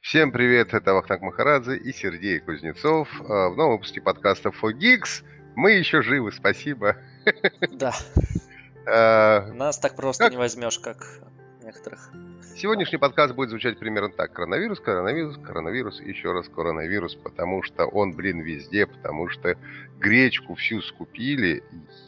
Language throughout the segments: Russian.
Всем привет, это Вахтанг Махарадзе и Сергей Кузнецов. В новом выпуске подкаста FoGeeks. Мы еще живы, спасибо. Да, Э, нас так просто Как не возьмешь, как некоторых. сегодняшний подкаст будет звучать примерно так. Коронавирус, коронавирус, коронавирус, еще раз коронавирус, потому что он, везде, потому что гречку всю скупили.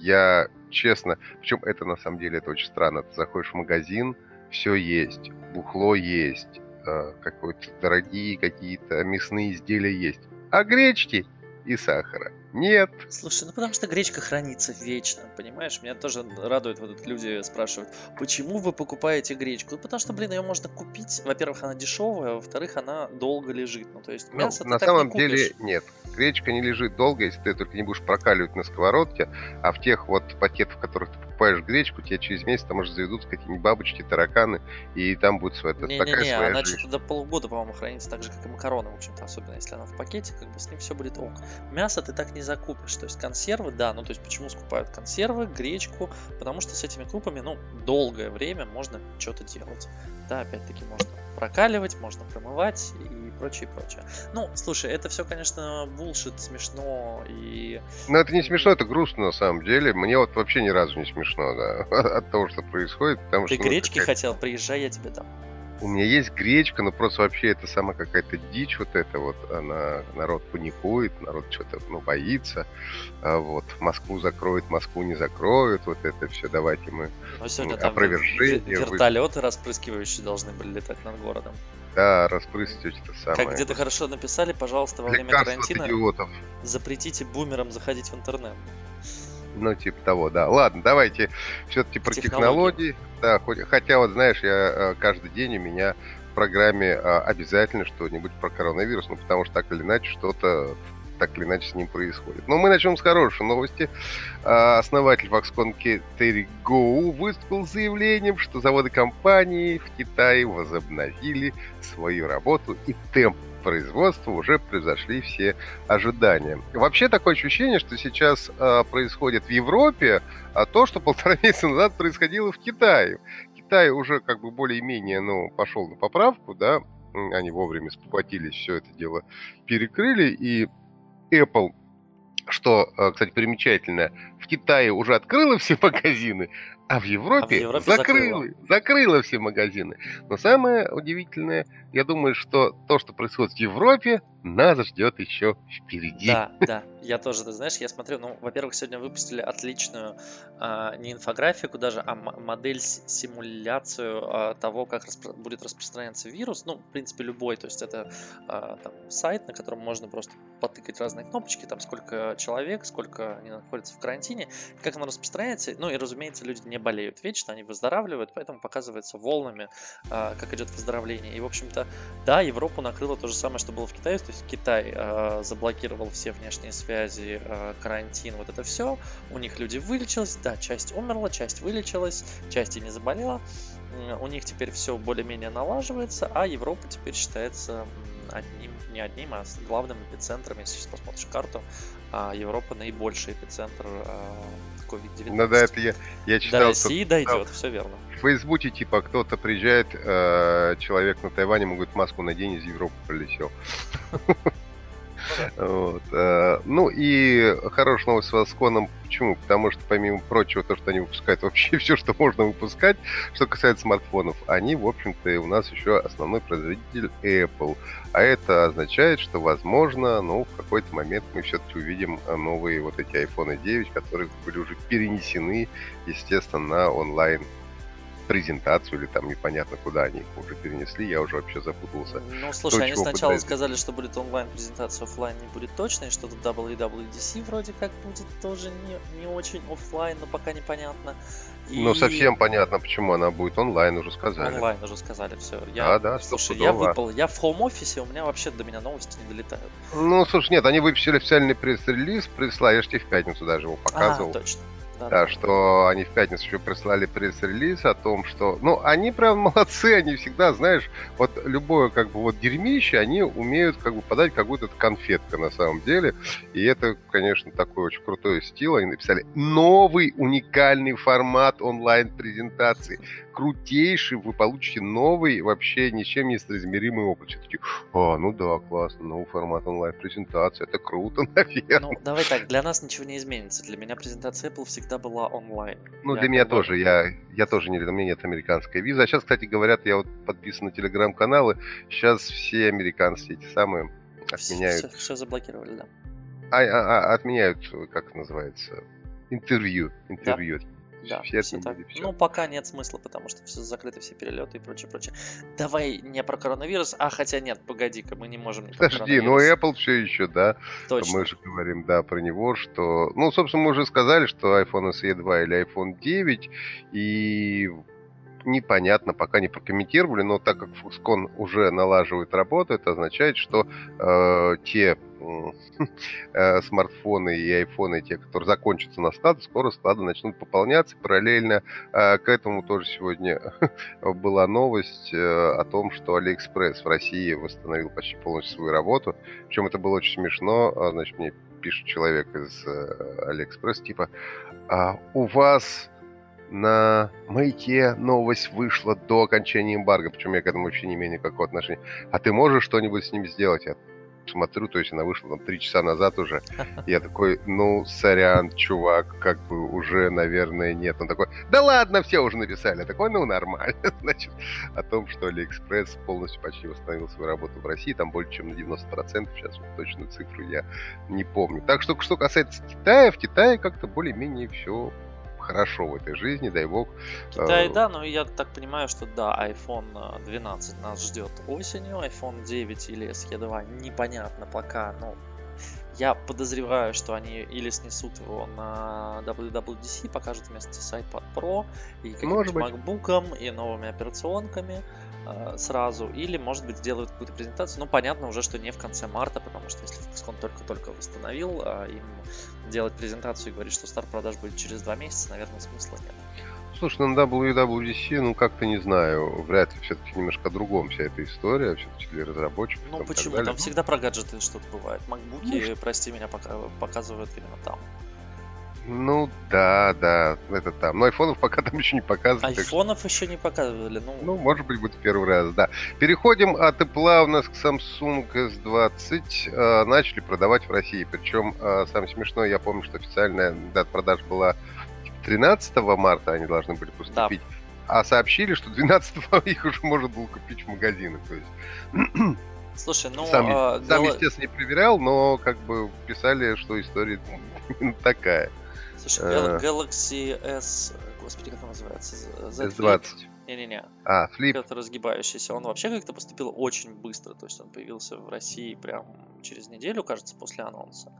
Я, честно, причем это на самом деле это очень странно. Ты заходишь в магазин, все есть, бухло есть, какие-то дорогие какие-то мясные изделия есть. А гречки и сахара нет. Слушай, ну потому что гречка хранится вечно, понимаешь? Меня тоже радует, вот тут люди спрашивают, почему вы покупаете гречку? Ну потому что, ее можно купить. Во-первых, она дешевая, во-вторых, она долго лежит. Ну то есть Ну, мясо ты на так не самом деле купишь. нет. Гречка не лежит долго, если ты только не будешь прокаливать на сковородке, а в тех вот пакетах, в которых ты покупаешь гречку, тебе через месяц там уже заведутся какие-нибудь бабочки, тараканы, и там будет такая Не-не-не, своя она жизнь. что-то до полугода, по-моему, хранится так же, как и макароны, в общем-то, особенно если она в пакете, как бы с ним все будет ок. Мясо ты так не закупишь, то есть консервы, да, ну то есть почему скупают консервы, гречку, потому что с этими крупами, ну, долгое время можно что-то делать. Да, опять-таки можно прокаливать, можно промывать и прочее, прочее. Ну, слушай, это все, конечно, булшит, смешно и... Но это не смешно, это грустно на самом деле. Мне вот вообще ни разу не смешно, да, от того, что происходит, потому Ты что, гречки хотел, приезжай, я тебе дам. у меня есть гречка, но просто вообще это сама какая-то дичь вот эта вот. Народ паникует, народ что-то, боится. Вот, Москву закроют, Москву не закроют. Вот это все. Давайте мы Но сегодня там опровержение. вертолеты распрыскивающие должны были летать над городом. Да, распрыскивать это самое. Как где-то хорошо написали, пожалуйста, во время Лекарство от карантина идиотов. запретите бумерам заходить в интернет. Ну, типа того, да. Ладно, давайте все-таки про Технологии. технологии. Да, хотя вот, знаешь, я каждый день у меня в программе обязательно что-нибудь про коронавирус, потому что так или иначе что-то так или иначе с ним происходит. Но мы начнем с хорошей новости. Основатель Foxconn Терри Гоу выступил с заявлением, что заводы компании в Китае возобновили свою работу и темп производства уже превзошли все ожидания. Вообще такое ощущение, что сейчас происходит в Европе то, что 1,5 месяца назад происходило в Китае. Китай уже как бы более-менее пошел на поправку, да, они вовремя спохватились, все это дело перекрыли, и Apple, что, кстати, примечательно, в Китае уже открыла все магазины, а в Европе закрыла все магазины. Но самое удивительное, я думаю, что то, что происходит в Европе, нас ждет еще впереди. Да, я тоже, ты знаешь, я смотрю, ну, во-первых, сегодня выпустили отличную не инфографику даже, а модель-симуляцию того, как будет распространяться вирус. Ну, в принципе, любой, то есть это там, сайт, на котором можно просто потыкать разные кнопочки, там сколько человек, сколько они находятся в карантине, как оно распространяется. Ну и, разумеется, люди не болеют вечно, они выздоравливают, поэтому показывается волнами, как идет выздоровление. И, в общем-то, да, Европу накрыло то же самое, что было в Китае, то есть Китай заблокировал все внешние связи, карантин, вот это все. У них люди вылечились, да, часть умерла, часть вылечилась, часть и не заболела. У них теперь все более-менее налаживается, а Европа теперь считается не одним, а главным эпицентром, если сейчас посмотришь карту, Европа наибольший эпицентр COVID-19. Ну да, это я читал. До России дойдет, все верно. В Фейсбуке, типа, кто-то приезжает, человек на Тайване, ему говорит, маску надень, из Европы прилетел. Вот. Ну и хорошая новость с Foxconn. Почему? Потому что, помимо прочего, то, что они выпускают вообще все, что можно выпускать, что касается смартфонов, они, в общем-то, у нас еще основной производитель Apple. А это означает, что, возможно, в какой-то момент мы все-таки увидим новые вот эти iPhone 9, которые были уже перенесены, естественно, на онлайн презентацию или там непонятно куда они их уже перенесли, я уже вообще запутался. Ну, слушай, они сначала сказали, что будет онлайн-презентация, офлайн не будет точно, и что-то WWDC вроде как будет тоже не очень офлайн, но пока непонятно. Ну, совсем понятно, почему она будет онлайн, уже сказали. Онлайн уже сказали, все. Слушай, я выпал, я в хоум-офисе, у меня вообще до меня новости не долетают. Ну, слушай, нет, они выпустили официальный пресс-релиз, прислали, я же тебе в пятницу даже его показывал. Точно. Да, что они в пятницу еще прислали пресс-релиз о том, что... они прям молодцы, они всегда, знаешь, вот любое, как бы, вот дерьмище, они умеют, как бы, подать какую-то конфетку на самом деле. И это, конечно, такой очень крутой стиль. Они написали новый уникальный формат онлайн-презентации. крутейший, вы получите новый, вообще ни с чем не соизмеримый опыт. Все таки, ну да, классно, новый формат онлайн-презентации, это круто, наверное. Ну, давай так, для нас ничего не изменится. Для меня презентация Apple всегда была онлайн. Ну, Я для меня как бы... тоже, я тоже не, у меня нет американской визы. А сейчас, кстати, говорят, я вот подписан на телеграм-каналы, сейчас все американцы эти самые отменяют. Все заблокировали, да. Отменяют, как это называется, интервью. Да, Все все так. отменили, всё. Ну, пока нет смысла, потому что все закрыты, все перелеты и прочее. Давай не про коронавирус, хотя нет, погоди-ка, мы не можем не про Подожди, коронавирус. Apple все еще, да. Точно. Мы же говорим, да, про него, что... Ну, собственно, мы уже сказали, что iPhone SE 2 или iPhone 9, и непонятно, пока не прокомментировали, но так как Foxconn уже налаживает работу, это означает, что те смартфоны и айфоны, те, которые закончатся на складе, скоро склады начнут пополняться. Параллельно к этому тоже сегодня была новость о том, что AliExpress в России восстановил почти полностью свою работу. Причем это было очень смешно. Значит, мне пишет человек из AliExpress, типа, у вас на Маяке новость вышла до окончания эмбарго, причем я к этому вообще не имею никакого отношения. А ты можешь что-нибудь с ним сделать? Я смотрю, то есть она вышла там 3 часа назад уже. Я такой, ну, сорян, чувак, как бы уже, наверное, нет. Он такой, да ладно, все уже написали. Я такой, ну, нормально. Значит, о том, что AliExpress полностью почти восстановил свою работу в России, там более чем на 90%, сейчас вот точную цифру я не помню. Так что, что касается Китая, в Китае как-то более-менее все хорошо в этой жизни, дай бог. Китай, да, но я так понимаю, что да, iPhone 12 нас ждет осенью, iPhone 9 или SE 2 непонятно пока, но я подозреваю, что они или снесут его на WWDC, покажут вместе с iPad Pro и каким-нибудь MacBook'ом и новыми операционками сразу, или, может быть, сделают какую-то презентацию. Ну, понятно уже, что не в конце марта, потому что если Foxconn только-только восстановил, им делать презентацию и говорить, что старт продаж будет через 2 месяца, наверное, смысла нет. Слушай, на WWDC, ну, как-то не знаю, вряд ли, все-таки немножко о другом вся эта история, все-таки для разработчиков. Ну, почему? Там всегда про гаджеты что-то бывает. MacBook'и, прости меня, показывают именно там. Ну, да, это там. Но айфонов пока там еще не показывают. Айфонов еще не показывали, ну, может быть, будет первый раз, да. Переходим от Apple у нас к Samsung S20. Начали продавать в России. Причем, самое смешное, я помню, что официальная дата продаж была 13 марта, они должны были поступить. Да. А сообщили, что 12-го их уже можно было купить в магазинах. То есть... Слушай, ну... Сам, естественно, не проверял, но как бы писали, что история такая. Слушай, Galaxy S... Господи, как он называется? S20. Не-не-не. Flip. Который разгибающийся. Он вообще как-то поступил очень быстро. То есть он появился в России прям через неделю, кажется, после анонса.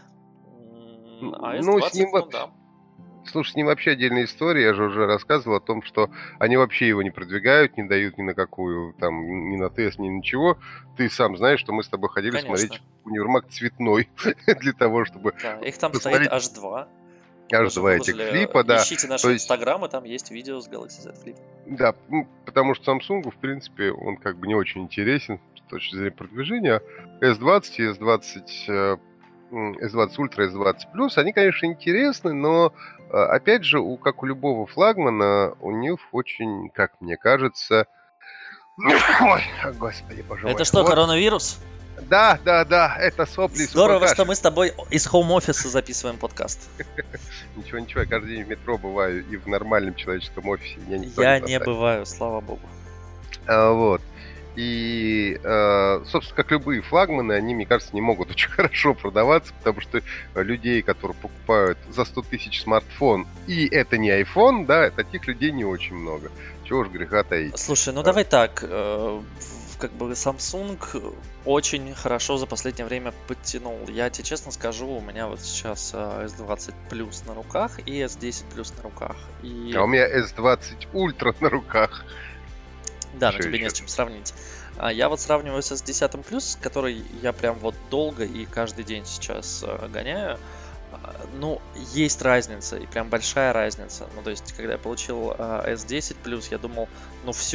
А S20, с ним да. Слушай, с ним вообще отдельная история. Я же уже рассказывал о том, что они вообще его не продвигают, не дают ни на какую, там, ни на тест, ни ничего. Ты сам знаешь, что мы с тобой ходили смотреть универмаг цветной для того, чтобы... Да, их там стоит аж 2. H2 этих флипа, да. Ищите наши инстаграмы, там есть видео с Galaxy Z Flip. Да, потому что Samsung, в принципе, он как бы не очень интересен с точки зрения продвижения. S20 и S20 Ultra, S20 Plus, они, конечно, интересны, но, опять же, как у любого флагмана, у них очень, как мне кажется... Ой, господи, боже мой. Это что, коронавирус? Да, это сопли. Здорово, что мы с тобой из хоум-офиса записываем подкаст. Ничего, я каждый день в метро бываю и в нормальном человеческом офисе. Я не бываю, слава богу. Вот. И, собственно, как любые флагманы, они, мне кажется, не могут очень хорошо продаваться, потому что людей, которые покупают за 100 тысяч смартфон, и это не iPhone, да, таких людей не очень много. Чего уж греха таить. Слушай, ну давай так, как бы Samsung очень хорошо за последнее время подтянул. Я тебе честно скажу, у меня вот сейчас S20 Plus на руках и S10 Plus на руках. А у меня S20 Ultra на руках. Да, но тебе не с чем сравнить. Я вот сравниваю с S10 Plus, который я прям вот долго и каждый день сейчас гоняю. Ну, есть разница, и прям большая разница. Ну, то есть, когда я получил S10 Plus, я думал, ну все, вот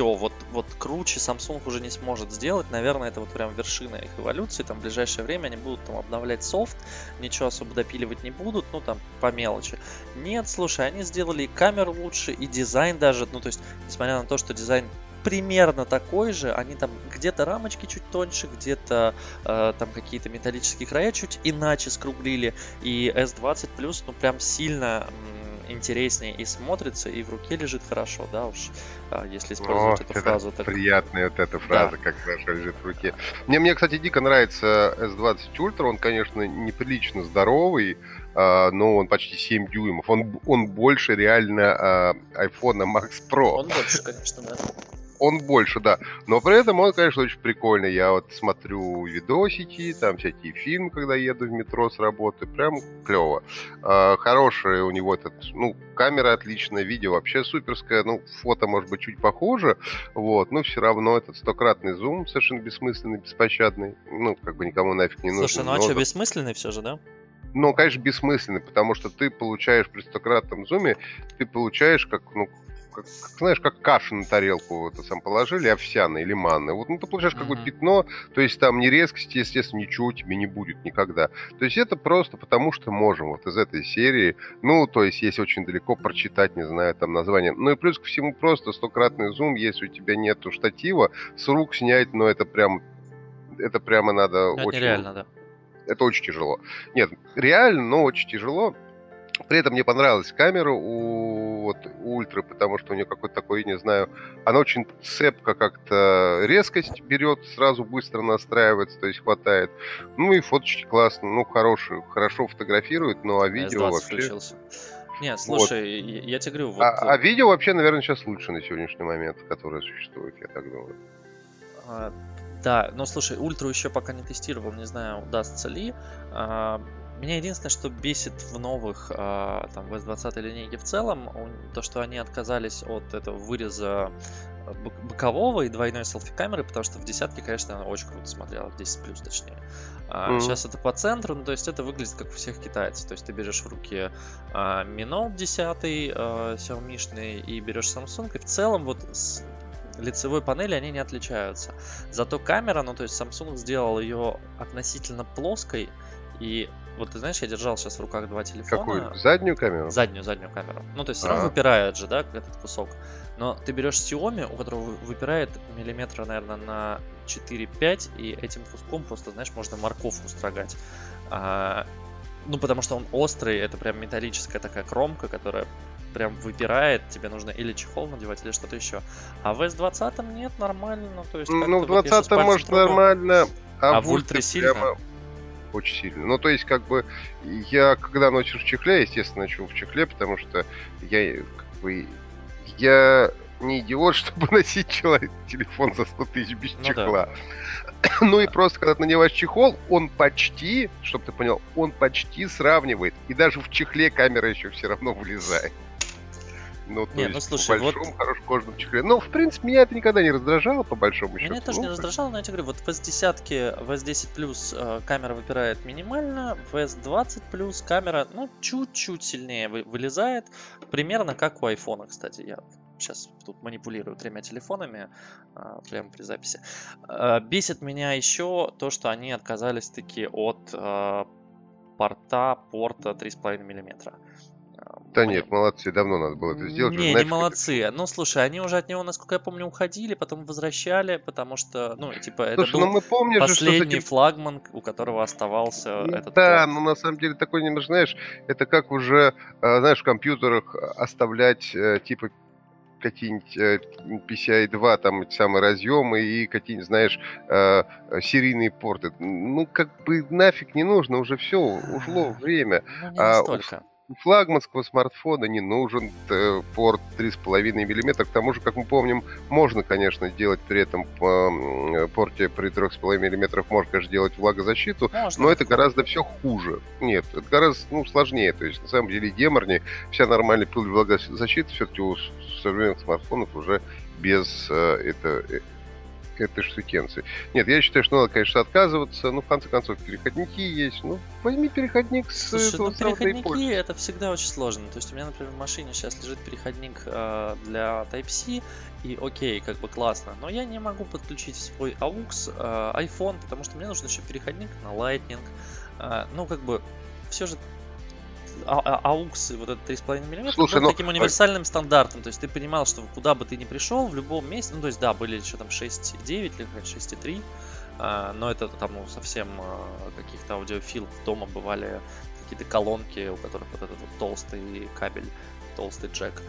вот круче Samsung уже не сможет сделать. Наверное, это вот прям вершина их эволюции. Там в ближайшее время они будут там обновлять софт, ничего особо допиливать не будут, ну там по мелочи. Нет, слушай, они сделали и камеру лучше, и дизайн даже, ну то есть, несмотря на то, что дизайн примерно такой же, они там где-то рамочки чуть тоньше, где-то там какие-то металлические края чуть иначе скруглили, и S20 Plus, ну прям сильно интереснее и смотрится, и в руке лежит хорошо, да уж, если использовать эту фразу. Так... Приятная вот эта фраза, да. Как хорошо лежит в руке. Мне, кстати, дико нравится S20 Ultra, он, конечно, неприлично здоровый, но он почти 7 дюймов, он больше реально iPhone Max Pro. Он больше, конечно, да. Он больше, да. Но при этом он, конечно, очень прикольный. Я вот смотрю видосики, там всякие фильмы, когда еду в метро с работы. Прям клево. Хороший у него этот, ну, камера отличная, видео вообще суперское. Ну, фото, может быть, чуть похуже. Вот, но все равно этот 100-кратный зум совершенно бессмысленный, беспощадный. Ну, как бы никому нафиг не нужен. Слушай, ну а что, бессмысленный все же, да? Ну, конечно, бессмысленный, потому что ты получаешь при 100-кратном зуме, ты получаешь как, ну, как, знаешь, как кашу на тарелку это сам положили, овсяной или манной. Вот, ну, ты получаешь как бы пятно, то есть там ни резкости, естественно, ничего у тебя не будет никогда. То есть это просто потому, что можем вот из этой серии, ну, то есть если очень далеко прочитать, не знаю, там название. Ну и плюс ко всему просто 100-кратный зум, если у тебя нету штатива, с рук снять, но это прямо надо это очень... нереально, да. Это очень тяжело. Нет, реально, но очень тяжело. При этом мне понравилась камера у Ультры, потому что у нее какой-то такой, не знаю, она очень цепко как-то резкость берет, сразу быстро настраивается, то есть хватает. Ну и фоточки классные, ну хорошо фотографирует, ну а видео S20 вообще... включился. Нет, слушай, вот. Я тебе говорю... Вот... А видео вообще, наверное, сейчас лучше на сегодняшний момент, которое существует, я так думаю. Да, но слушай, Ультру еще пока не тестировал, не знаю, удастся ли. Меня единственное, что бесит в новых там, в S20 линейке в целом, то, что они отказались от этого выреза бокового и двойной селфи-камеры, потому что в десятке, конечно, она очень круто смотрела, в 10 плюс точнее. Сейчас это по центру, ну, то есть это выглядит как у всех китайцев. То есть ты берешь в руки Mi Note 10 Xiaomi-шный и берешь Samsung, и в целом вот с лицевой панели они не отличаются. Зато камера, ну, то есть Samsung сделал ее относительно плоской, и вот ты знаешь, я держал сейчас в руках два телефона. Какую? Заднюю камеру? Заднюю камеру. Ну, то есть все равно выпирает же, да, этот кусок. Но ты берешь Xiaomi, у которого выпирает миллиметра, наверное, на 4-5, и этим куском просто, знаешь, можно морковку строгать. Ну, потому что он острый, это прям металлическая такая кромка, которая прям выпирает, тебе нужно или чехол надевать, или что-то еще. А в S20 нет, нормально, ну, то есть... Ну, в 20 может нормально, а в Ультре сильно? Прямо... Очень сильно. Ну, то есть, как бы, я когда ночью в чехле, естественно, ночью в чехле, потому что я не идиот, чтобы носить телефон за 100 тысяч без чехла. Да. Ну и просто, когда ты надеваешь чехол, он почти, чтобы ты понял, он почти сравнивает. И даже в чехле камера еще все равно вылезает. Ну, то есть, слушай, по большому, хорошем кожаном чехле. Ну, в принципе, меня это никогда не раздражало, по большому счету. Меня тоже не раздражало, но я тебе говорю, вот в S10, в S10 Plus камера выпирает минимально, в S20 Plus камера, ну, чуть-чуть сильнее вылезает, примерно как у iPhone, кстати. Я сейчас тут манипулирую 3 телефонами прямо при записи. Бесит меня еще то, что они отказались таки от порта 3,5 миллиметра. Да нет, молодцы, давно надо было это сделать. Не молодцы. Ну, слушай, они уже от него, насколько я помню, уходили, потом возвращали, потому что, ну, типа, это слушай, был последний флагман, у которого оставался этот Да, порт. но на самом деле такой немного, знаешь, это как уже, знаешь, в компьютерах оставлять, типа, какие-нибудь PCI 2, там эти самые разъемы и какие-нибудь, знаешь, серийные порты. Ну, как бы нафиг не нужно, уже все, ушло время. Ну, не настолько. У флагманского смартфона не нужен порт 3,5 мм. К тому же, как мы помним, можно, конечно, делать при этом порте при 3,5 мм, можно, конечно, делать влагозащиту, но это гораздо все хуже. Нет, это гораздо сложнее. То есть, на самом деле, геморнее. Вся нормальная пыль влагозащиты все-таки у современных смартфонов уже без этой штукенции. Нет, я считаю, что надо, конечно, отказываться, но в конце концов переходники есть. Ну, возьми переходник с Слушай, этого ну самого, да и переходники пользуйся. это всегда очень сложно. То есть у меня, например, в машине сейчас лежит переходник для Type-C, и окей, как бы классно. Но я не могу подключить в свой AUX iPhone, потому что мне нужен еще переходник на Lightning. Ну, как бы, все же AUX, вот этот 3,5 мм, Слушай, был ну, таким универсальным стандартом. То есть ты понимал, что куда бы ты ни пришел, в любом месте, ну, то есть, да, были еще там 6,9 или 6,3, но это там, ну, совсем каких-то аудиофилов дома бывали какие-то колонки, у которых вот этот вот толстый кабель, толстый джек.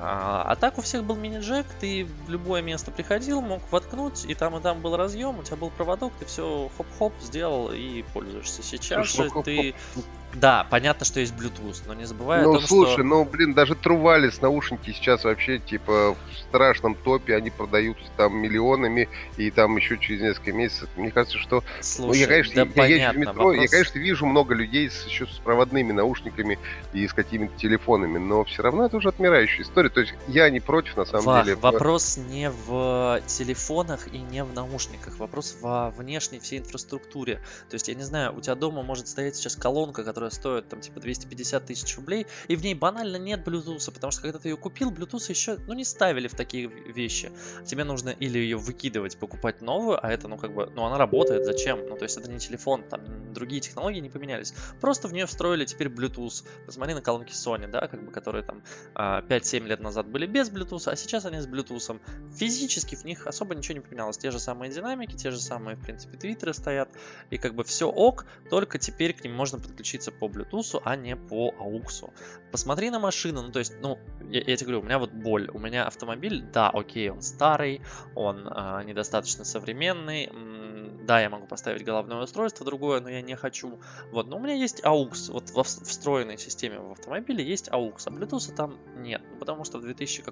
А так у всех был мини-джек, ты в любое место приходил, мог воткнуть, и там был разъем, у тебя был проводок, ты все хоп-хоп сделал и пользуешься. Сейчас слушай, ну, же хоп-хоп. ты... Да, понятно, что есть Bluetooth, но не забывай о Ну, том, что... слушай, ну, блин, даже True наушники сейчас вообще, типа, в страшном топе, они продаются там миллионами, и там еще через несколько месяцев. Мне кажется, что... Ну, я, Слушай, конечно, да я езжу в понятно, метро, я, вопрос... конечно, вижу много людей еще с проводными наушниками и с какими-то телефонами, но все равно это уже отмирающая история. То есть я не против, на самом деле. Вопрос не в телефонах и не в наушниках, вопрос во внешней всей инфраструктуре. То есть, я не знаю, у тебя дома может стоять сейчас колонка, которая стоит там типа 250 тысяч рублей, и в ней банально нет Bluetooth, потому что когда ты ее купил, Bluetooth еще, ну, не ставили в такие вещи. Тебе нужно или ее выкидывать, покупать новую, а это, ну, как бы, ну, она работает, зачем? Ну, то есть, это не телефон, там другие технологии не поменялись. Просто в нее встроили теперь Bluetooth. Посмотри на колонки Sony, да, как бы, которые там 5-7 лет назад были без Bluetooth, а сейчас они с Bluetooth. Физически в них особо ничего не поменялось. Те же самые динамики, те же самые, в принципе, твиттеры стоят. И как бы все ок, только теперь к ним можно подключиться по Bluetooth, а не по AUX. Посмотри на машину, ну то есть, ну, я тебе говорю, у меня вот боль. У меня автомобиль, да, окей, он старый, он недостаточно современный. Да, я могу поставить головное устройство другое, но я не хочу. Вот, но у меня есть AUX. Вот во встроенной системе в автомобиле есть AUX, а Bluetooth там нет. Ну, потому что в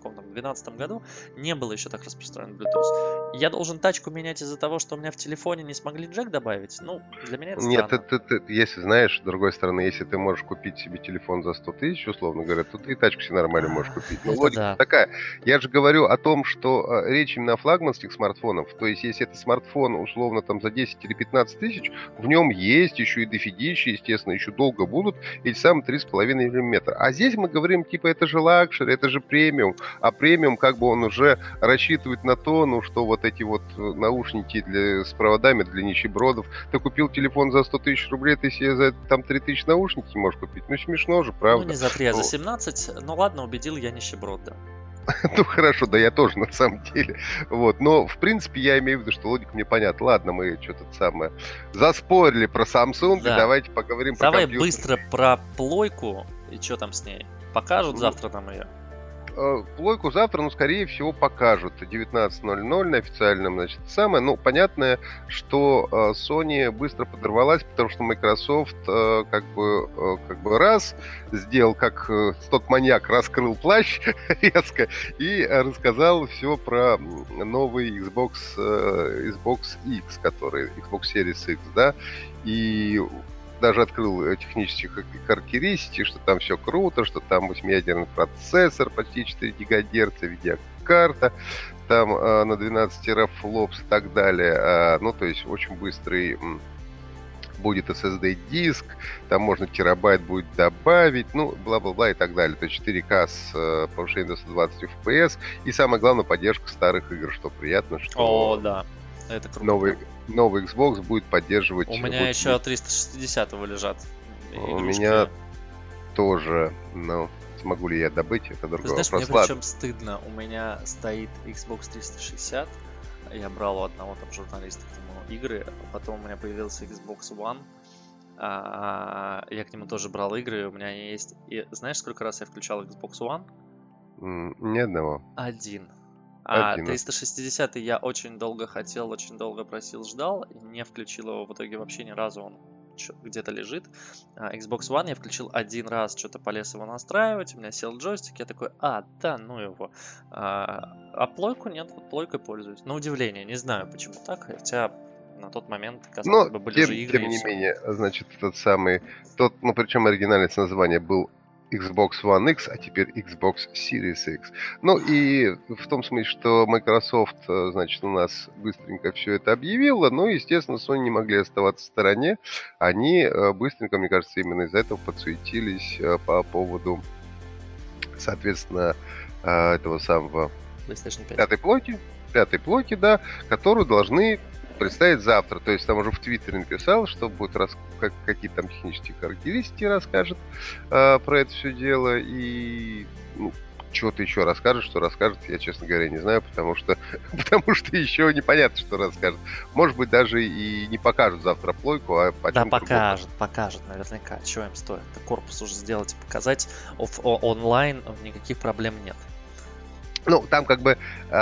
2012 году не было еще так распространен Bluetooth. Я должен тачку менять из-за того, что у меня в телефоне не смогли джек добавить? Ну, для меня это Нет, странно. если знаешь, с другой стороны, если ты можешь купить себе телефон за 100 тысяч, условно говоря, то ты и тачку себе нормально можешь купить. Но Это логика да. такая. Я же говорю о том, что речь именно о флагманских смартфонах. То есть, если это смартфон, условно, там за 10 или 15 тысяч, в нем есть еще и дофигища, естественно, еще долго будут, эти самые 3,5 мм. А здесь мы говорим, типа, это же лакшери, это же премиум. А премиум, как бы он уже рассчитывает на то, ну, что вот эти вот наушники с проводами для нищебродов. Ты купил телефон за 100 тысяч рублей, ты себе за там 3 тысячи наушники можешь купить. Ну, смешно же, Ну, правда. не за 3, а за Вот. 17. Ну, ладно, убедил я нищеброд, да. Ну, хорошо, да я тоже, на самом деле. Вот. Но, в принципе, я имею в виду, что логика мне понятна. Ладно, мы что-то самое заспорили про Samsung, Да. и давайте поговорим Давай про компьютер. быстро про плойку и что там с ней. Покажут завтра нам ее. Плойку завтра, ну, скорее всего, покажут. 19:00 на официальном, значит, самое. Ну, понятно, что Sony быстро подорвалась, потому что Microsoft как бы раз сделал, как тот маньяк раскрыл плащ резко и рассказал все про новый Xbox X, который Xbox Series X, да, и даже открыл технические характеристики, что там все круто, что там 8-ядерный процессор, почти 4 ГГц, видеокарта, там на 12 терафлопс и так далее. Ну, то есть очень быстрый будет SSD-диск, там можно терабайт будет добавить, ну, бла-бла-бла и так далее. То есть 4К с повышением до 120 FPS. И самое главное, поддержка старых игр, что приятно, что... О, да, это круто. Новый Xbox будет поддерживать... У меня еще 360-го лежат игрушки. У меня тоже, но смогу ли я добыть, это другой Ты знаешь, вопрос. мне причем стыдно. У меня стоит Xbox 360. Я брал у одного там журналиста к нему игры. Потом у меня появился Xbox One. Я к нему тоже брал игры. У меня есть... И знаешь, сколько раз я включал Xbox One? Ни одного. Один. А 360 я очень долго хотел, очень долго просил, ждал. И не включил его в итоге вообще ни разу. Он где-то лежит. Xbox One я включил один раз, что-то полез его настраивать, у меня сел джойстик, я такой, да, ну его. А плойку нет, вот плойкой пользуюсь. На удивление, не знаю почему так, хотя на тот момент, казалось бы, были уже игры тем и не все. менее, значит, тот, ну, причем оригинальное название был Xbox One X, а теперь Xbox Series X. Ну и в том смысле, что Microsoft, значит, у нас быстренько все это объявила, но, естественно, Sony не могли оставаться в стороне. Они быстренько, мне кажется, именно из-за этого подсуетились по поводу, соответственно, этого самого PlayStation 5. пятой плойки, да, которую должны представить завтра. То есть там уже в Твиттере написал, что будет какие там технические характеристики расскажет про это все дело. И что-то еще расскажет, что расскажет, я, честно говоря, не знаю, потому что еще непонятно, что расскажет. Может быть, даже и не покажут завтра плойку, а да, покажут, наверняка. Чего им стоит? Корпус уже сделать и показать онлайн, никаких проблем нет. Ну, там как бы,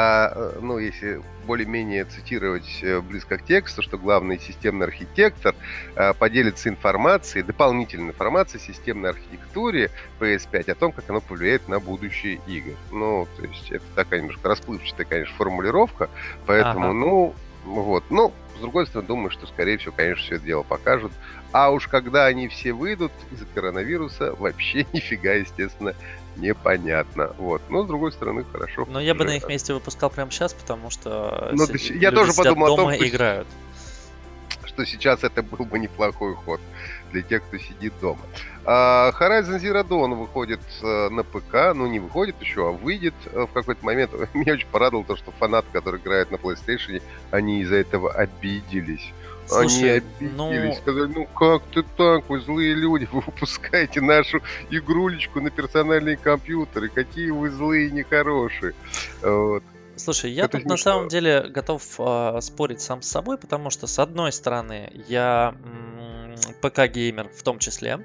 если более-менее цитировать близко к тексту, что главный системный архитектор поделится информацией, дополнительной информацией о системной архитектуре PS5, о том, как оно повлияет на будущие игры. Ну, то есть это такая немножко расплывчатая, конечно, формулировка, поэтому, с другой стороны, думаю, что, скорее всего, конечно, все это дело покажут. А уж когда они все выйдут из-за коронавируса, вообще нифига, естественно, непонятно. Вот. Но, с другой стороны, хорошо. Но я бы на их месте выпускал прямо сейчас, потому что я тоже подумал о том, что играют. Что сейчас это был бы неплохой ход для тех, кто сидит дома. Horizon Zero Dawn выходит на ПК, не выходит еще, а выйдет в какой-то момент. Меня очень порадовало то, что фанаты, которые играют на PlayStation, они из-за этого обиделись. Слушай, они обиделись, сказали, как ты так, вы злые люди, вы выпускаете нашу игрулечку на персональные компьютеры, какие вы злые и нехорошие. Вот. Слушай, я тут на самом деле готов спорить сам с собой, потому что, с одной стороны, я ПК-геймер в том числе,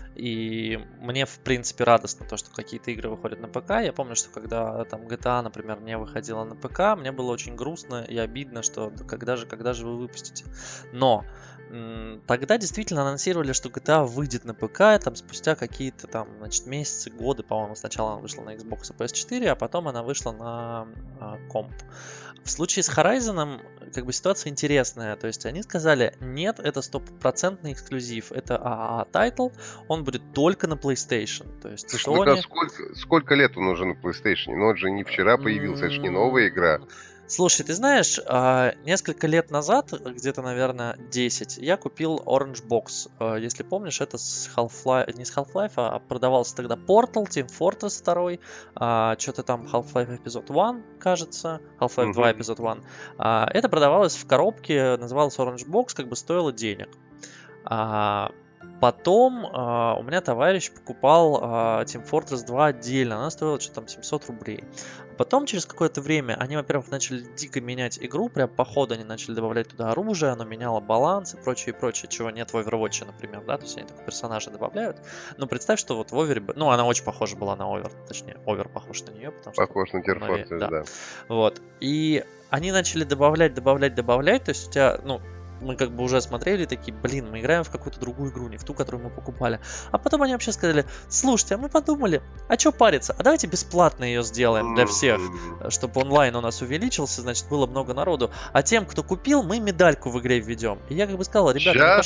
и мне, в принципе, радостно то, что какие-то игры выходят на ПК. Я помню, что когда там GTA, например, не выходила на ПК, мне было очень грустно и обидно, что когда же вы выпустите. Но тогда действительно анонсировали, что GTA выйдет на ПК, там спустя какие-то там, месяцы, годы, по-моему, сначала она вышла на Xbox и PS4, а потом она вышла на комп. В случае с Horizon как бы ситуация интересная, то есть они сказали, нет, это 100% эксклюзив, это ААА тайтл, он будет только на PlayStation. То есть Sony... сколько лет он уже на PlayStation? Он же не вчера появился, это же не новая игра. Слушай, ты знаешь, несколько лет назад, где-то, наверное, 10, я купил Orange Box. Если помнишь, это с Half-Life, не с Half-Life, а продавался тогда Portal, Team Fortress 2, что-то там Half-Life Episode 1, кажется, Half-Life 2 Episode 1. Это продавалось в коробке, называлось Orange Box, как бы стоило денег. Потом у меня товарищ покупал Team Fortress 2 отдельно, она стоила что-то там 700 рублей. Потом через какое-то время они, во-первых, начали дико менять игру, прям по ходу они начали добавлять туда оружие, оно меняло баланс и прочее, чего нет в Overwatch, например, да, то есть они только персонажи добавляют. Но представь, что вот в Overе, она очень похожа была на Over, точнее, Over похож на нее, потому что... Похож на Team Fortress, да. Вот, и они начали добавлять, то есть у тебя, мы как бы уже смотрели такие, мы играем в какую-то другую игру, не в ту, которую мы покупали. А потом они вообще сказали, слушайте, а мы подумали, а что париться, а давайте бесплатно ее сделаем для всех, чтобы онлайн у нас увеличился, значит, было много народу. А тем, кто купил, мы медальку в игре введем. И я как бы сказал, ребята,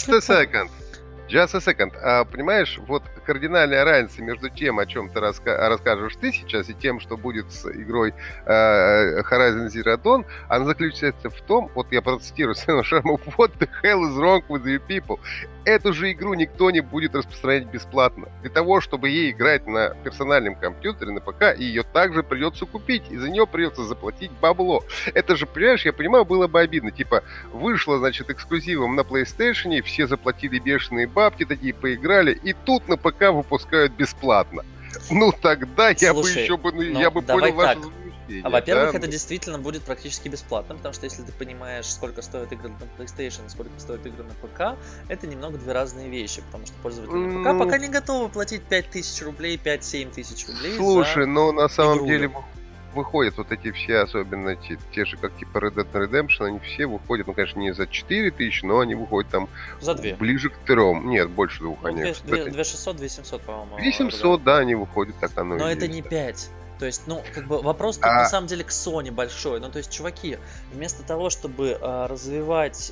Just a second. Понимаешь, вот кардинальная разница между тем, о чем ты расскажешь ты сейчас, и тем, что будет с игрой Horizon Zero Dawn, она заключается в том, вот я процитирую Сэма Шарма, what the hell is wrong with you people? Эту же игру никто не будет распространять бесплатно. Для того, чтобы ей играть на персональном компьютере, на ПК, ее также придется купить, и за нее придется заплатить бабло. Это же, понимаешь, я понимаю, было бы обидно. Типа, вышло, значит, эксклюзивом на PlayStation, все заплатили бешеные бабки, такие поиграли, и тут на ПК выпускают бесплатно. Тогда я бы понял ваше возмущение. Во-первых, это действительно будет практически бесплатно, потому что если ты понимаешь, сколько стоят игры на PlayStation и сколько стоят игры на ПК, это немного две разные вещи, потому что пользователи на ПК пока не готовы платить 5000 рублей, 5-7 тысяч рублей. Слушай, на самом деле выходят вот эти все, особенно те же, как типа Red Dead Redemption, они все выходят, конечно, не за 4000, но они выходят там за 2. Ближе к 3. Нет, больше 2, они. 2600, 2700, по-моему. 2700, да, они выходят, так оно и но есть. Это не 5. То есть, вопрос тут на самом деле к Sony большой. То есть, чуваки, вместо того, чтобы развивать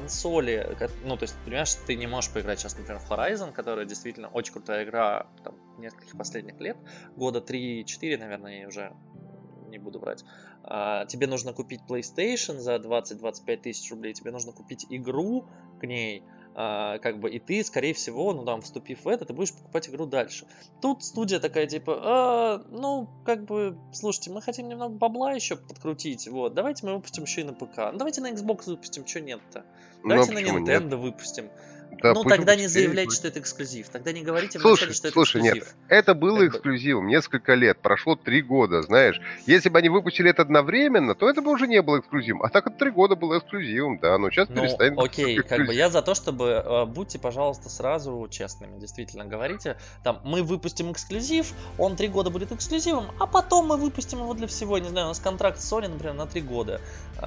консоли, то есть, понимаешь, ты не можешь поиграть сейчас, например, в Horizon, которая действительно очень крутая игра, там, нескольких последних лет, года 3-4, наверное, я уже не буду врать. Тебе нужно купить PlayStation за 20-25 тысяч рублей, тебе нужно купить игру к ней, как бы, и ты, скорее всего, ну там, вступив в это, ты будешь покупать игру дальше. Тут студия такая, типа, ну, как бы, слушайте, мы хотим немного бабла еще подкрутить, вот, давайте мы выпустим еще и на ПК. Ну, давайте на Xbox выпустим, что нет-то? Давайте на Nintendo выпустим. Да, ну, тогда не заявляйте, что это эксклюзив. Тогда не говорите вначале, что это слушай, эксклюзив. Нет, это было эксклюзивом несколько лет, прошло 3 года, знаешь. Если бы они выпустили это одновременно, то это бы уже не было эксклюзивом. А так это 3 года было эксклюзивом, да, но сейчас перестанет быть окей, как бы я за то, чтобы, будьте, пожалуйста, сразу честными, действительно, говорите, там, мы выпустим эксклюзив, он 3 года будет эксклюзивом, а потом мы выпустим его для всего, не знаю, у нас контракт с Sony, например, на 3 года.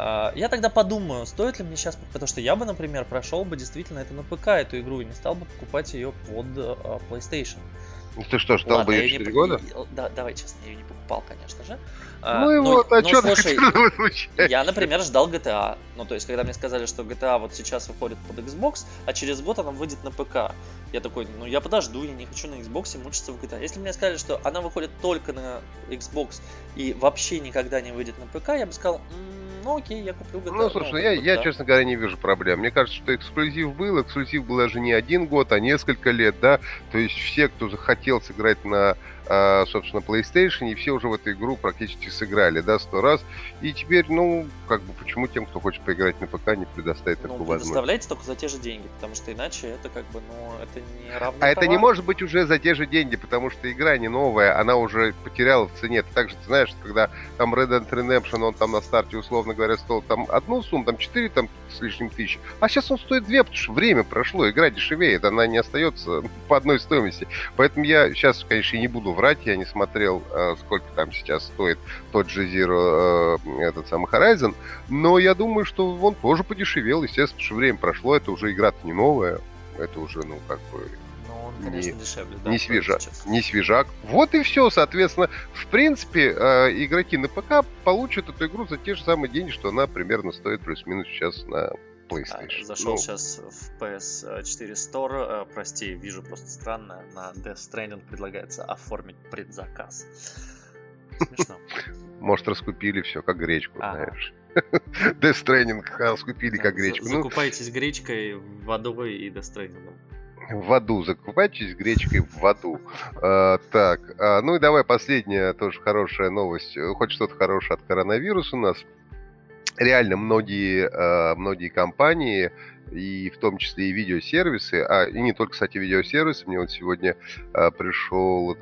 Я тогда подумаю, стоит ли мне сейчас, потому что я бы, например, прошел бы действительно это на ПК, эту игру, и не стал бы покупать ее под PlayStation. Ты что, ждал бы ее 4 года? Да, давай честно, я ее не покупал, конечно же. Ну и вот, а что слушай, я, например, ждал GTA. Ну, то есть, когда мне сказали, что GTA вот сейчас выходит под Xbox, а через год она выйдет на ПК. Я такой, ну я подожду, я не хочу на Xbox мучиться в GTA. Если мне сказали, что она выходит только на Xbox и вообще никогда не выйдет на ПК, я бы сказал, ну окей, я куплю GTA. Ну, слушай, я, честно говоря, не вижу проблем. Мне кажется, что эксклюзив был даже не 1 год, а несколько лет, да. То есть все, кто захотел сыграть на, собственно, PlayStation, и все уже в эту игру практически сыграли, да, 100 раз. И теперь, ну, как бы, почему тем, кто хочет поиграть на ПК, не предоставить такую возможность? Предоставляете только за те же деньги, потому что иначе это как бы, ну, это не равно. А это не может быть уже за те же деньги, потому что игра не новая, она уже потеряла в цене. Ты также, ты знаешь, когда там Red Dead Redemption, он там на старте, условно говоря, стоил там одну сумму, там 4 там, с лишним тысяч, а сейчас он стоит 2, потому что время прошло, игра дешевеет, она не остается по одной стоимости. Поэтому я сейчас, конечно, не буду врать, я не смотрел, сколько там сейчас стоит тот же Zero, этот самый Horizon, но я думаю, что он тоже подешевел, естественно, потому что время прошло, это уже игра-то не новая, это уже, ну, как бы... Конечно, дешевле, да, не свежак. Вот и все, соответственно. В принципе, игроки на ПК получат эту игру за те же самые деньги, что она примерно стоит плюс-минус сейчас на PlayStation. Зашел сейчас в PS4 Store, прости, вижу просто странно, на Death Stranding предлагается оформить предзаказ. Смешно. Может, раскупили все, как гречку, знаешь. Death Stranding раскупили как гречку. Закупайтесь гречкой, водой и Death Stranding. В аду, закупайтесь гречкой в аду. Так, ну и давай последняя тоже хорошая новость. Хоть что-то хорошее от коронавируса у нас. Реально многие компании, и в том числе и видеосервисы, и не только, кстати, видеосервисы. Мне вот сегодня пришел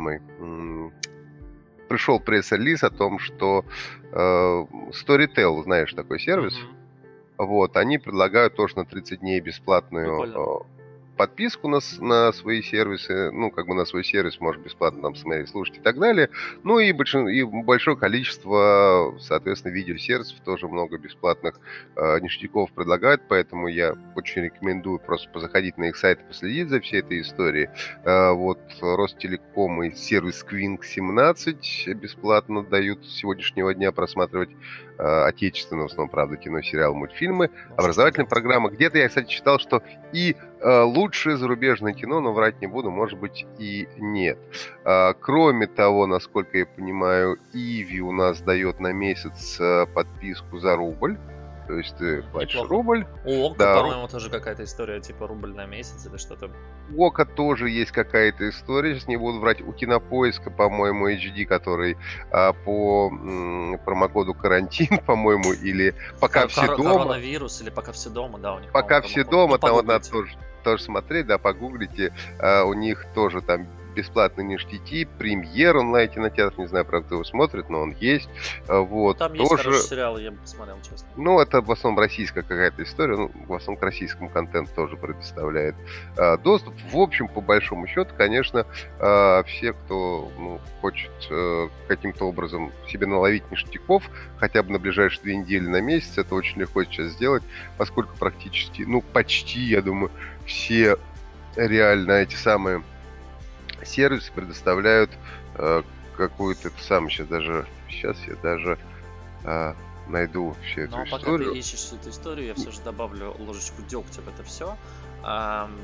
пресс-релиз о том, что Storytel, знаешь, такой сервис, вот, они предлагают тоже на 30 дней бесплатную подписку на свои сервисы, ну, как бы на свой сервис можно бесплатно там смотреть, слушать и так далее. Ну, и большое количество, соответственно, видеосервисов, тоже много бесплатных ништяков предлагают, поэтому я очень рекомендую просто заходить на их сайт и последить за всей этой историей. Вот Ростелеком и сервис Quink 17 бесплатно дают с сегодняшнего дня просматривать отечественные, в основном, правда, кино, сериалы, мультфильмы, образовательная программа. Где-то я, кстати, читал, что и лучшее зарубежное кино, но врать не буду, может быть, и нет. Кроме того, насколько я понимаю, Иви у нас дает на месяц подписку за рубль. То есть ты платишь рубль. У Ока, да, по-моему, тоже какая-то история, типа рубль на месяц или что-то. У Ока тоже есть какая-то история, сейчас не буду врать. У Кинопоиска, по-моему, HD, который по промокоду карантин, по-моему, или пока все дома. Коронавирус или пока все дома, да, у них. Пока все дома, там вот надо тоже смотреть, да, погуглите. У них тоже там бесплатные ништяки, премьер он на кинотеатрах, не знаю, правда, кто его смотрит, но он есть. Вот, там есть хорошие сериалы, я бы посмотрел, честно. Ну, это в основном российская какая-то история, ну, в основном к российскому контенту тоже предоставляет доступ. В общем, по большому счету, конечно, все, кто хочет каким-то образом себе наловить ништяков, хотя бы на ближайшие 2 недели на месяц, это очень легко сейчас сделать, поскольку практически, почти, я думаю, все реально эти самые сервисы предоставляют какую-то сейчас я даже найду всю эту историю. Пока ты ищешь эту историю, я все же добавлю ложечку дегтя в это все.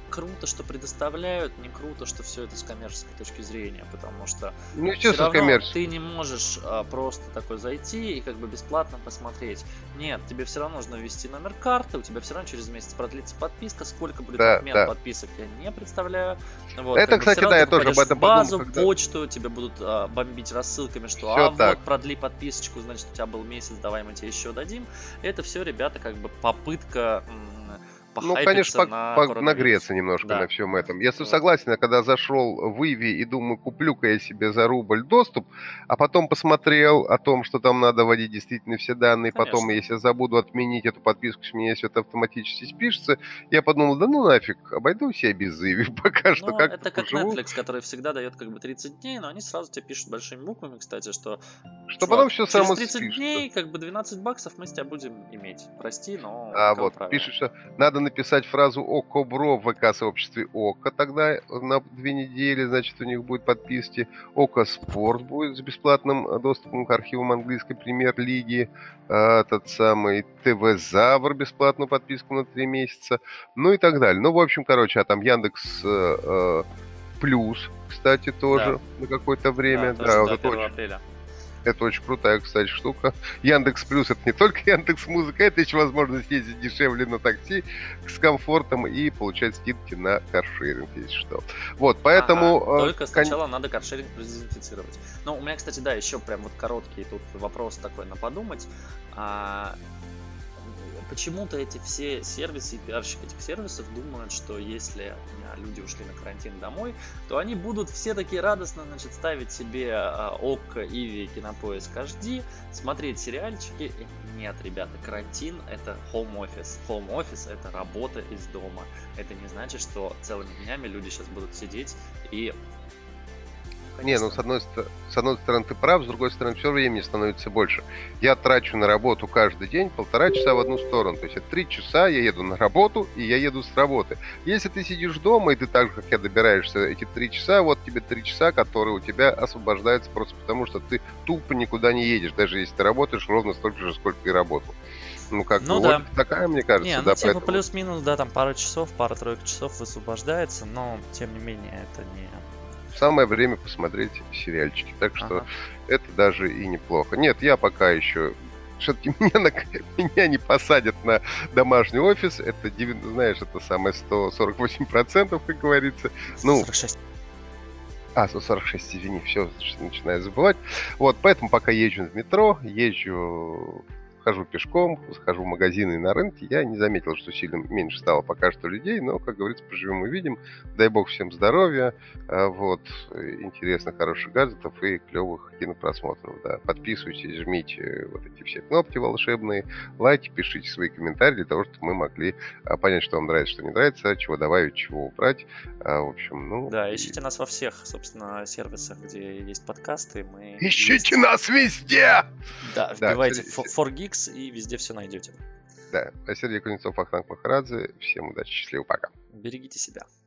круто, что предоставляют, не круто, что все это с коммерческой точки зрения, потому что Ну, все естественно, равно коммерческий. ты не можешь просто такой зайти и как бы бесплатно посмотреть. Нет, тебе все равно нужно ввести номер карты, у тебя все равно через месяц продлится подписка, сколько будет Да, отмен да. подписок, я не представляю. Вот, Это, как бы все кстати, равно да, ты я тоже об попадешь в этом подумал, базу, когда... почту, тебе будут бомбить рассылками, что Все вот, так. продли подписочку, значит, у тебя был месяц, давай мы тебе еще дадим. Это все, ребята, как бы попытка Ну, конечно, похайпиться на коронавирус. нагреться немножко на Да. всем этом. Я Вот. согласен, я когда зашел в Иви и думаю, куплю-ка я себе за рубль доступ, а потом посмотрел о том, что там надо вводить действительно все данные, потом, Конечно. если я забуду отменить эту подписку, с меня все это автоматически спишется, я подумал, да ну нафиг, обойдусь я без Иви пока что, Ну, как это как поживу. Netflix, который всегда дает как бы 30 дней, но они сразу тебе пишут большими буквами, кстати, что, Что потом чувак, все через само 30 спишется. дней как бы 12 баксов мы с тебя будем иметь. Прости, но А таковы вот правила. пишет, что надо написать фразу «Око Бро» в ВК-сообществе ОКО, тогда на 2 недели, значит, у них будет подписки. ОКО Спорт будет с бесплатным доступом к архивам английской премьер-лиги. Тот самый ТВ Завр бесплатную подписку на 3 месяца. Ну и так далее. Ну, в общем, короче, а там Яндекс Плюс, кстати, тоже на какое-то время. Да, тоже Да, до вот это 1 очень, апреля. это очень крутая, кстати, штука. Яндекс Плюс — это не только Яндекс Музыка, это еще возможность ездить дешевле на такси с комфортом и получать скидки на каршеринг, если что. Вот, поэтому... Ага, только сначала надо каршеринг продезинфицировать. Ну, у меня, кстати, да, еще прям вот короткий тут вопрос такой на подумать. Почему-то эти все сервисы и пиарщики этих сервисов думают, что если люди ушли на карантин домой, то они будут все такие радостно, значит, ставить себе ОККО, Иви, Кинопоиск HD, смотреть сериальчики. Нет, ребята, карантин — это home office. Home office — это работа из дома. Это не значит, что целыми днями люди сейчас будут сидеть и... Не, ну с одной стороны ты прав, с другой стороны все времени становится больше. Я трачу на работу каждый день 1,5 часа в одну сторону. То есть это 3 часа я еду на работу, и я еду с работы. Если ты сидишь дома, и ты так же, как я, добираешься эти 3 часа, вот тебе 3 часа, которые у тебя освобождаются просто потому, что ты тупо никуда не едешь, даже если ты работаешь ровно столько же, сколько и работал. Ну, как бы, да. вот такая, мне кажется, Не, да, типа поэтому... плюс-минус, да, там пара часов, пара-тройка часов высвобождается, но, тем не менее, это не... Самое время посмотреть сериальчики. Так что это даже и неплохо. Нет, я пока еще... Все-таки меня не посадят на домашний офис. Это, знаешь, это самое 148%, как говорится. 46. 146, извини, все начинаю забывать. Вот, поэтому пока езжу в метро, хожу пешком, схожу в магазины и на рынке, я не заметил, что сильно меньше стало пока что людей, но, как говорится, поживем увидим. Дай бог всем здоровья, вот, интересных, хороших гаджетов и клевых кинопросмотров, да. Подписывайтесь, жмите вот эти все кнопки волшебные, лайки, пишите свои комментарии для того, чтобы мы могли понять, что вам нравится, что не нравится, чего добавить, чего убрать, в общем, ну... Да, ищите нас во всех, собственно, сервисах, где есть подкасты. Ищите нас везде! Да, вбивайте 4Geeks и везде все найдете. Да, а Сергей Кузнецов, Ахтанг Махарадзе. Всем удачи, счастливо, пока. Берегите себя.